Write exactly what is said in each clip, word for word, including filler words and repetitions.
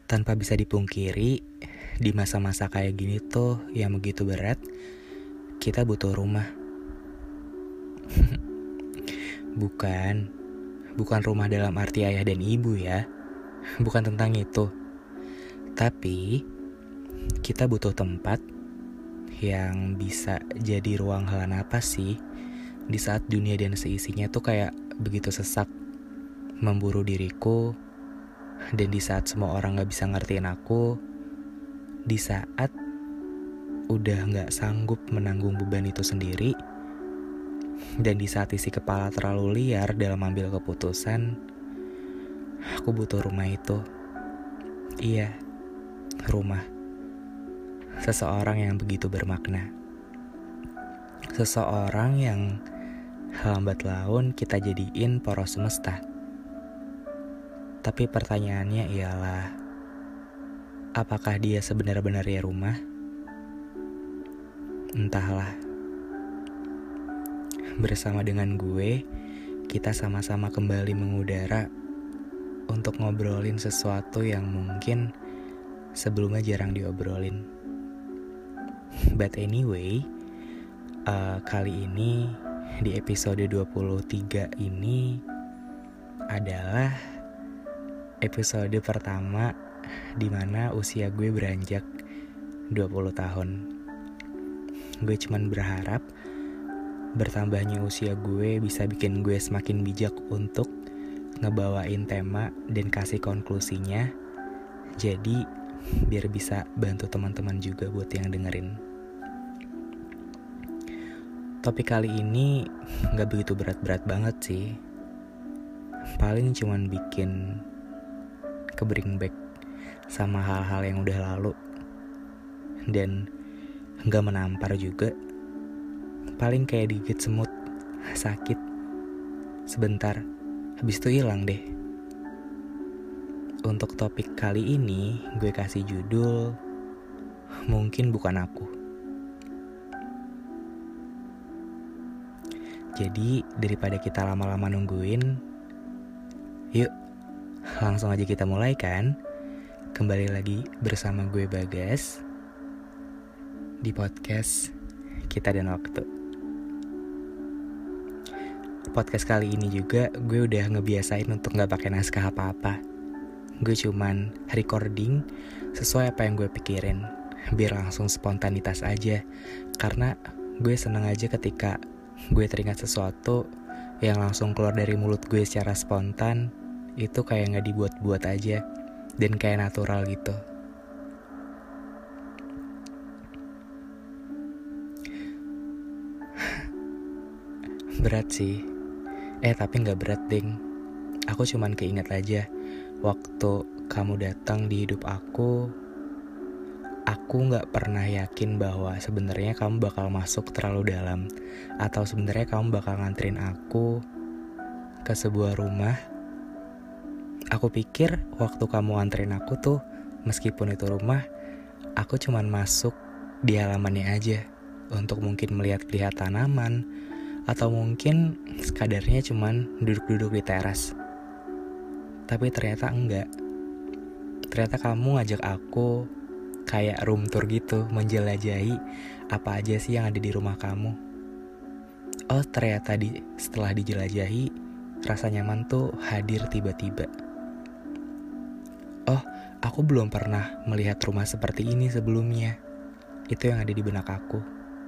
Tanpa bisa dipungkiri, di masa-masa kayak gini tuh yang begitu berat, kita butuh rumah. Bukan, bukan rumah dalam arti ayah dan ibu ya. Bukan tentang itu. Tapi, kita butuh tempat yang bisa jadi ruang hela napas sih. Di saat dunia dan seisinya tuh kayak begitu sesak, memburu diriku. Dan di saat semua orang gak bisa ngertiin aku, di saat udah gak sanggup menanggung beban itu sendiri, dan di saat isi kepala terlalu liar dalam ambil keputusan, aku butuh rumah itu. Iya, rumah. Seseorang yang begitu bermakna. Seseorang yang lambat laun kita jadiin poros semesta. Tapi pertanyaannya ialah, apakah dia sebenar-benarnya rumah? Entahlah. Bersama dengan gue, kita sama-sama kembali mengudara untuk ngobrolin sesuatu yang mungkin sebelumnya jarang diobrolin. But anyway, uh, kali ini di episode dua puluh tiga ini adalah episode pertama di mana usia gue beranjak dua puluh tahun. Gue cuman berharap bertambahnya usia gue bisa bikin gue semakin bijak untuk ngebawain tema dan kasih konklusinya. Jadi biar bisa bantu teman-teman juga buat yang dengerin. Topik kali ini gak begitu berat-berat banget sih. Paling cuman bikin kebring back sama hal-hal yang udah lalu. Dan gak menampar juga. Paling kayak digigit semut, sakit sebentar, habis itu hilang deh. Untuk topik kali ini gue kasih judul Mungkin Bukan Aku. Jadi daripada kita lama-lama nungguin, yuk langsung aja kita mulai kan. Kembali lagi bersama gue Bagas di podcast Kita dan Waktu. Podcast kali ini juga gue udah ngebiasain untuk gak pakai naskah apa-apa. Gue cuman recording sesuai apa yang gue pikirin, biar langsung spontanitas aja. Karena gue seneng aja ketika gue teringat sesuatu yang langsung keluar dari mulut gue secara spontan. Itu kayak gak dibuat-buat aja, dan kayak natural gitu. Berat sih. Eh tapi gak berat ding. Aku cuman keinget aja waktu kamu datang di hidup aku. Aku gak pernah yakin bahwa sebenarnya kamu bakal masuk terlalu dalam, atau sebenarnya kamu bakal nganterin aku ke sebuah rumah. Aku pikir waktu kamu anterin aku tuh, meskipun itu rumah, aku cuman masuk di halamannya aja untuk mungkin melihat-lihat tanaman, atau mungkin sekadarnya cuman duduk-duduk di teras. Tapi ternyata enggak. Ternyata kamu ngajak aku kayak room tour gitu, menjelajahi apa aja sih yang ada di rumah kamu. Oh ternyata di, setelah dijelajahi, rasa nyaman tuh hadir tiba-tiba. Oh, aku belum pernah melihat rumah seperti ini sebelumnya. Itu yang ada di benak aku.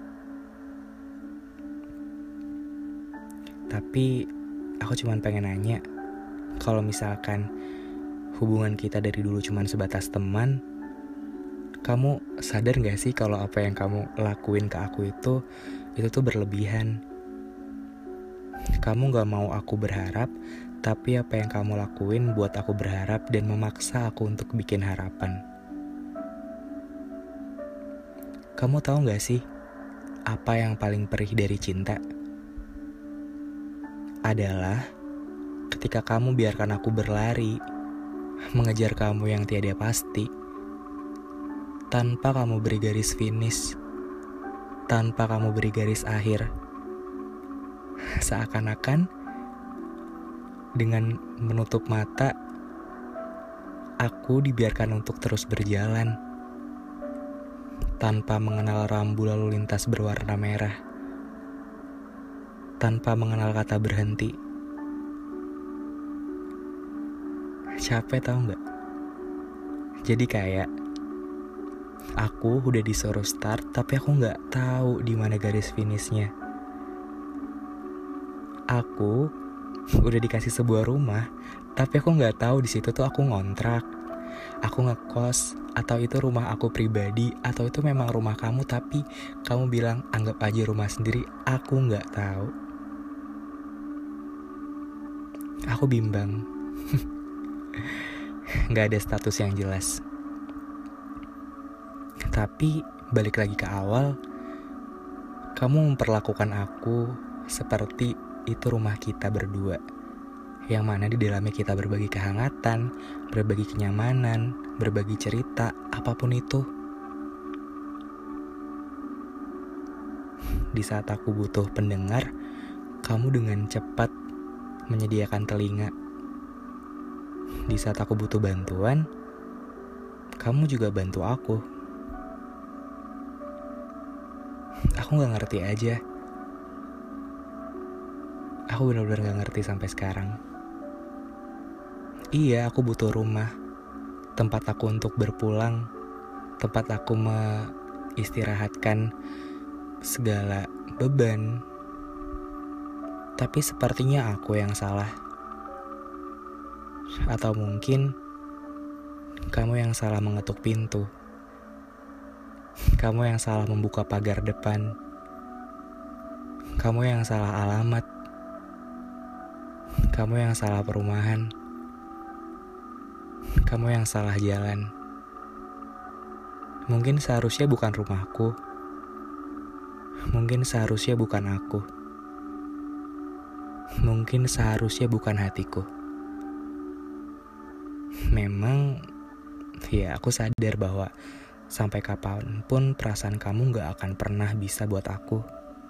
Tapi aku cuman pengen nanya, kalau misalkan hubungan kita dari dulu cuman sebatas teman, kamu sadar gak sih kalau apa yang kamu lakuin ke aku itu, itu tuh berlebihan. Kamu gak mau aku berharap, tapi apa yang kamu lakuin buat aku berharap dan memaksa aku untuk bikin harapan. Kamu tahu gak sih, apa yang paling perih dari cinta? Adalah ketika kamu biarkan aku berlari, mengejar kamu yang tiada pasti, tanpa kamu beri garis finish, tanpa kamu beri garis akhir. Seakan-akan dengan menutup mata, aku aku dibiarkan untuk terus berjalan, tanpa mengenal rambu lalu lintas berwarna merah, tanpa mengenal kata berhenti. Capek tau gak? Jadi kayak aku udah disuruh start, tapi aku gak tahu di mana garis finishnya. Aku udah dikasih sebuah rumah, tapi aku nggak tahu di situ tuh aku ngontrak, aku ngekos, atau itu rumah aku pribadi, atau itu memang rumah kamu tapi kamu bilang anggap aja rumah sendiri. Aku nggak tahu. Aku bimbang. Nggak ada status yang jelas. Tapi balik lagi ke awal, kamu memperlakukan aku seperti itu rumah kita berdua, yang mana di dalamnya kita berbagi kehangatan, berbagi kenyamanan, berbagi cerita, apapun itu. Di saat aku butuh pendengar, kamu dengan cepat menyediakan telinga. Di saat aku butuh bantuan, kamu juga bantu aku. Aku gak ngerti aja. Aku benar-benar gak ngerti sampai sekarang. Iya, aku butuh rumah, tempat aku untuk berpulang, tempat aku mengistirahatkan segala beban. Tapi sepertinya aku yang salah. Atau mungkin kamu yang salah mengetuk pintu. Kamu yang salah membuka pagar depan. Kamu yang salah alamat. Kamu yang salah perumahan. Kamu yang salah jalan. Mungkin seharusnya bukan rumahku. Mungkin seharusnya bukan aku. Mungkin seharusnya bukan hatiku. Memang, ya aku sadar bahwa sampai kapanpun perasaan kamu gak akan pernah bisa buat aku.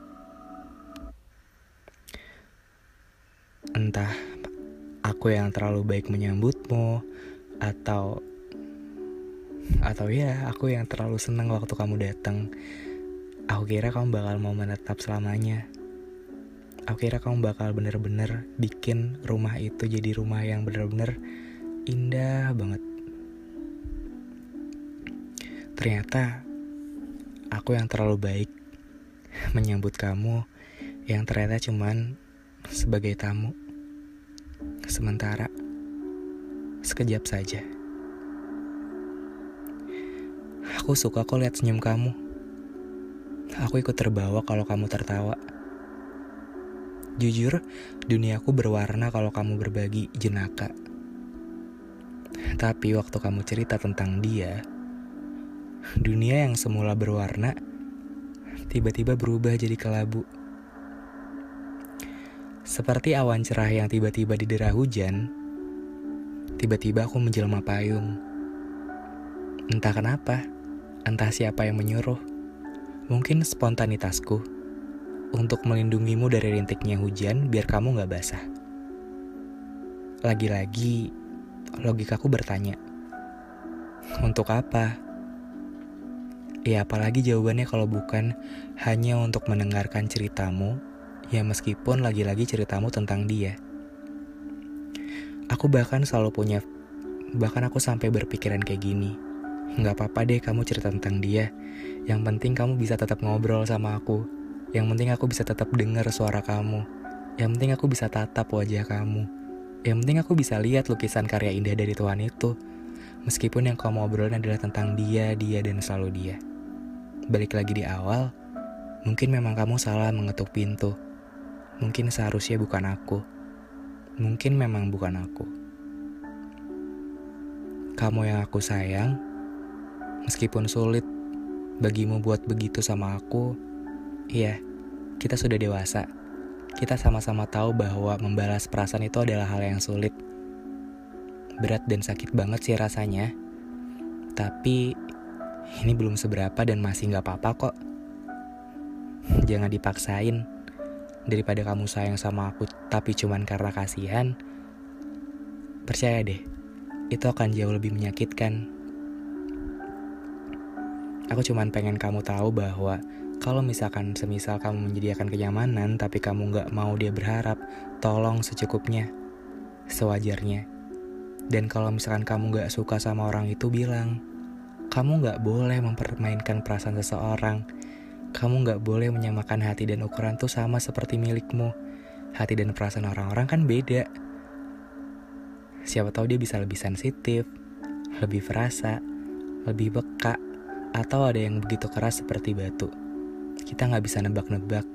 Entah aku yang terlalu baik menyambutmu, atau atau ya aku yang terlalu senang waktu kamu datang. Aku kira kamu bakal mau menetap selamanya. Aku kira kamu bakal bener-bener bikin rumah itu jadi rumah yang bener-bener indah banget. Ternyata aku yang terlalu baik menyambut kamu, yang ternyata cuman sebagai tamu. Sementara sekejap saja. Aku suka kok lihat senyum kamu. Aku ikut terbawa kalau kamu tertawa. Jujur, duniaku berwarna kalau kamu berbagi jenaka. Tapi waktu kamu cerita tentang dia, dunia yang semula berwarna tiba-tiba berubah jadi kelabu. Seperti awan cerah yang tiba-tiba didera hujan, tiba-tiba aku menjelma payung. Entah kenapa, entah siapa yang menyuruh. Mungkin spontanitasku untuk melindungimu dari rintiknya hujan biar kamu gak basah. Lagi-lagi, logikaku bertanya, untuk apa? Ya apalagi jawabannya kalau bukan hanya untuk mendengarkan ceritamu, ya meskipun lagi-lagi ceritamu tentang dia. Aku bahkan selalu punya, bahkan aku sampai berpikiran kayak gini. Gak apa-apa deh kamu cerita tentang dia. Yang penting kamu bisa tetap ngobrol sama aku. Yang penting aku bisa tetap dengar suara kamu. Yang penting aku bisa tatap wajah kamu. Yang penting aku bisa lihat lukisan karya indah dari Tuhan itu. Meskipun yang kamu obrolin adalah tentang dia, dia, dan selalu dia. Balik lagi di awal, mungkin memang kamu salah mengetuk pintu. Mungkin seharusnya bukan aku. Mungkin memang bukan aku. Kamu yang aku sayang, meskipun sulit bagimu buat begitu sama aku, iya, kita sudah dewasa. Kita sama-sama tahu bahwa membalas perasaan itu adalah hal yang sulit. Berat dan sakit banget sih rasanya. Tapi ini belum seberapa dan masih gak apa-apa kok. Jangan dipaksain. Daripada kamu sayang sama aku tapi cuman karena kasihan, percaya deh, itu akan jauh lebih menyakitkan. Aku cuman pengen kamu tahu bahwa kalau misalkan semisal kamu menyediakan kenyamanan tapi kamu gak mau dia berharap, tolong secukupnya, sewajarnya. Dan kalau misalkan kamu gak suka sama orang itu, bilang. Kamu gak boleh mempermainkan perasaan seseorang. Kamu gak boleh menyamakan hati dan ukuran tuh sama seperti milikmu. Hati dan perasaan orang-orang kan beda. Siapa tahu dia bisa lebih sensitif, lebih perasa, lebih peka, atau ada yang begitu keras seperti batu. Kita gak bisa nebak-nebak.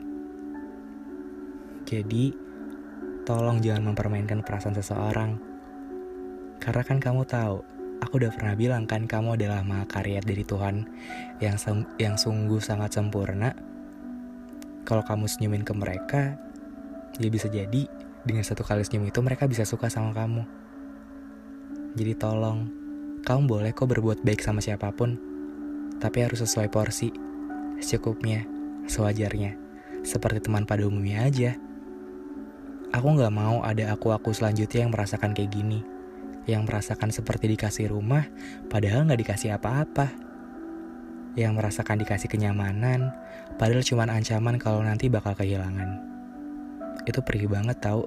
Jadi, tolong jangan mempermainkan perasaan seseorang. Karena kan kamu tahu, aku udah pernah bilang kan, kamu adalah mahakarya dari Tuhan yang sem- yang sungguh sangat sempurna. Kalau kamu senyumin ke mereka, ya bisa jadi dengan satu kali senyum itu mereka bisa suka sama kamu. Jadi tolong, kamu boleh kok berbuat baik sama siapapun, tapi harus sesuai porsi, secukupnya, sewajarnya, seperti teman pada umumnya aja. Aku gak mau ada aku-aku selanjutnya yang merasakan kayak gini, yang merasakan seperti dikasih rumah, padahal gak dikasih apa-apa. Yang merasakan dikasih kenyamanan, padahal cuma ancaman kalau nanti bakal kehilangan. Itu perih banget tau.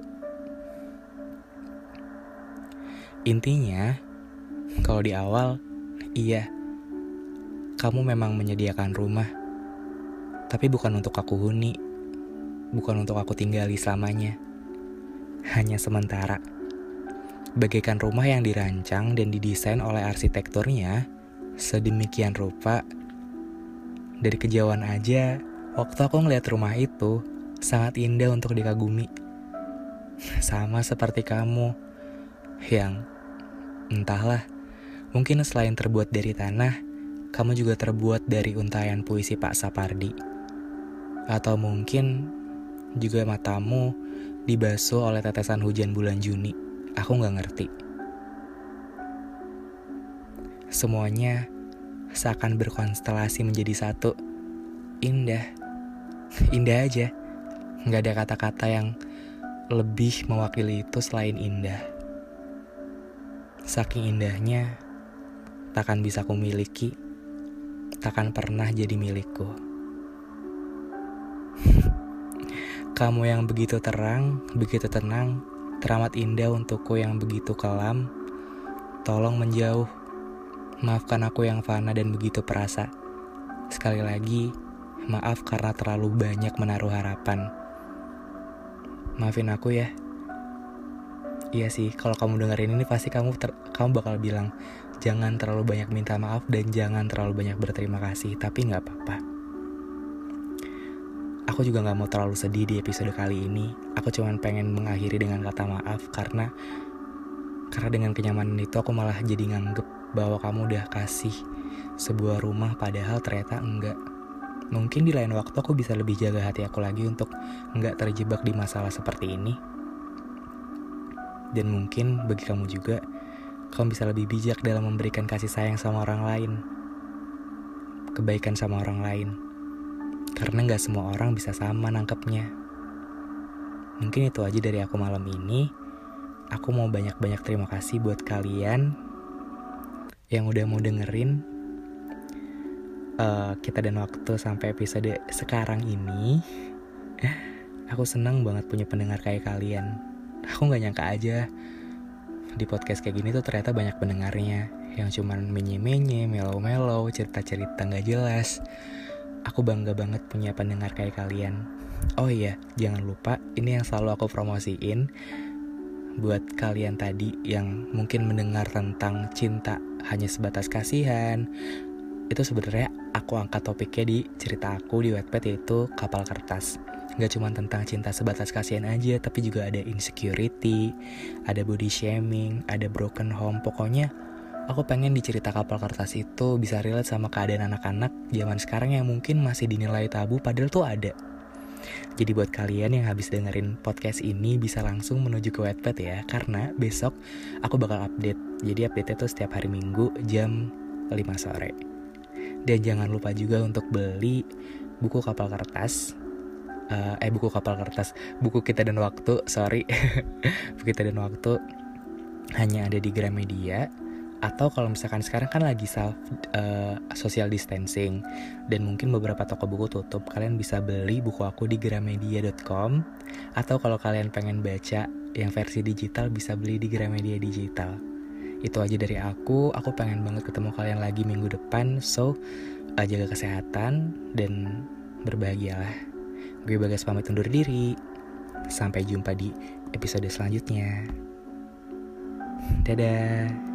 Intinya, kalau di awal, iya, kamu memang menyediakan rumah, tapi bukan untuk aku huni, bukan untuk aku tinggali selamanya. Hanya sementara. Bagaikan rumah yang dirancang dan didesain oleh arsitekturnya sedemikian rupa. Dari kejauhan aja, waktu aku ngeliat rumah itu sangat indah untuk dikagumi. Sama seperti kamu, yang entahlah, mungkin selain terbuat dari tanah, kamu juga terbuat dari untayan puisi Pak Sapardi. Atau mungkin juga matamu dibasuh oleh tetesan hujan bulan Juni. Aku gak ngerti. Semuanya seakan berkonstelasi menjadi satu. Indah. Indah aja. Gak ada kata-kata yang lebih mewakili itu selain indah. Saking indahnya, takkan bisa kumiliki, takkan pernah jadi milikku. Kamu yang begitu terang, begitu tenang, teramat indah untukku yang begitu kelam. Tolong menjauh. Maafkan aku yang fana dan begitu perasa. Sekali lagi, maaf karena terlalu banyak menaruh harapan. Maafin aku ya. Iya sih, kalau kamu dengerin ini pasti kamu ter- kamu bakal bilang jangan terlalu banyak minta maaf dan jangan terlalu banyak berterima kasih. Tapi gak apa-apa. Aku juga gak mau terlalu sedih di episode kali ini. Aku cuma pengen mengakhiri dengan kata maaf Karena Karena dengan kenyamanan itu aku malah jadi nganggep bahwa kamu udah kasih sebuah rumah, padahal ternyata enggak. Mungkin di lain waktu aku bisa lebih jaga hati aku lagi untuk enggak terjebak di masalah seperti ini. Dan mungkin bagi kamu juga, kamu bisa lebih bijak dalam memberikan kasih sayang sama orang lain, kebaikan sama orang lain. Karena gak semua orang bisa sama nangkepnya. Mungkin itu aja dari aku malam ini. Aku mau banyak-banyak terima kasih buat kalian yang udah mau dengerin uh, Kita dan Waktu sampai episode sekarang ini. Aku senang banget punya pendengar kayak kalian. Aku gak nyangka aja di podcast kayak gini tuh ternyata banyak pendengarnya yang cuman menye-menye, melo-melo, cerita-cerita gak jelas. Aku bangga banget punya pendengar kayak kalian. Oh iya, jangan lupa ini yang selalu aku promosiin. Buat kalian tadi yang mungkin mendengar tentang cinta hanya sebatas kasihan, itu sebenarnya aku angkat topiknya di cerita aku di Wattpad, yaitu Kapal Kertas. Gak cuma tentang cinta sebatas kasihan aja, tapi juga ada insecurity, ada body shaming, ada broken home. Pokoknya aku pengen di cerita Kapal Kertas itu bisa relate sama keadaan anak-anak zaman sekarang yang mungkin masih dinilai tabu, padahal tuh ada. Jadi buat kalian yang habis dengerin podcast ini bisa langsung menuju ke Wattpad ya, karena besok aku bakal update. Jadi update-nya tuh setiap hari Minggu jam lima sore. Dan jangan lupa juga untuk beli buku Kapal Kertas. Uh, eh buku Kapal Kertas, buku Kita dan Waktu, sorry. Buku Kita dan Waktu. hanya ada di Gramedia. Atau kalau misalkan sekarang kan lagi self uh, social distancing dan mungkin beberapa toko buku tutup, kalian bisa beli buku aku di gramedia dot com. Atau kalau kalian pengen baca yang versi digital, bisa beli di Gramedia Digital. Itu aja dari aku. Aku pengen banget ketemu kalian lagi minggu depan. So uh, jaga kesehatan dan berbahagialah. Gue Bagas pamit undur diri. Sampai jumpa di episode selanjutnya. Dadah.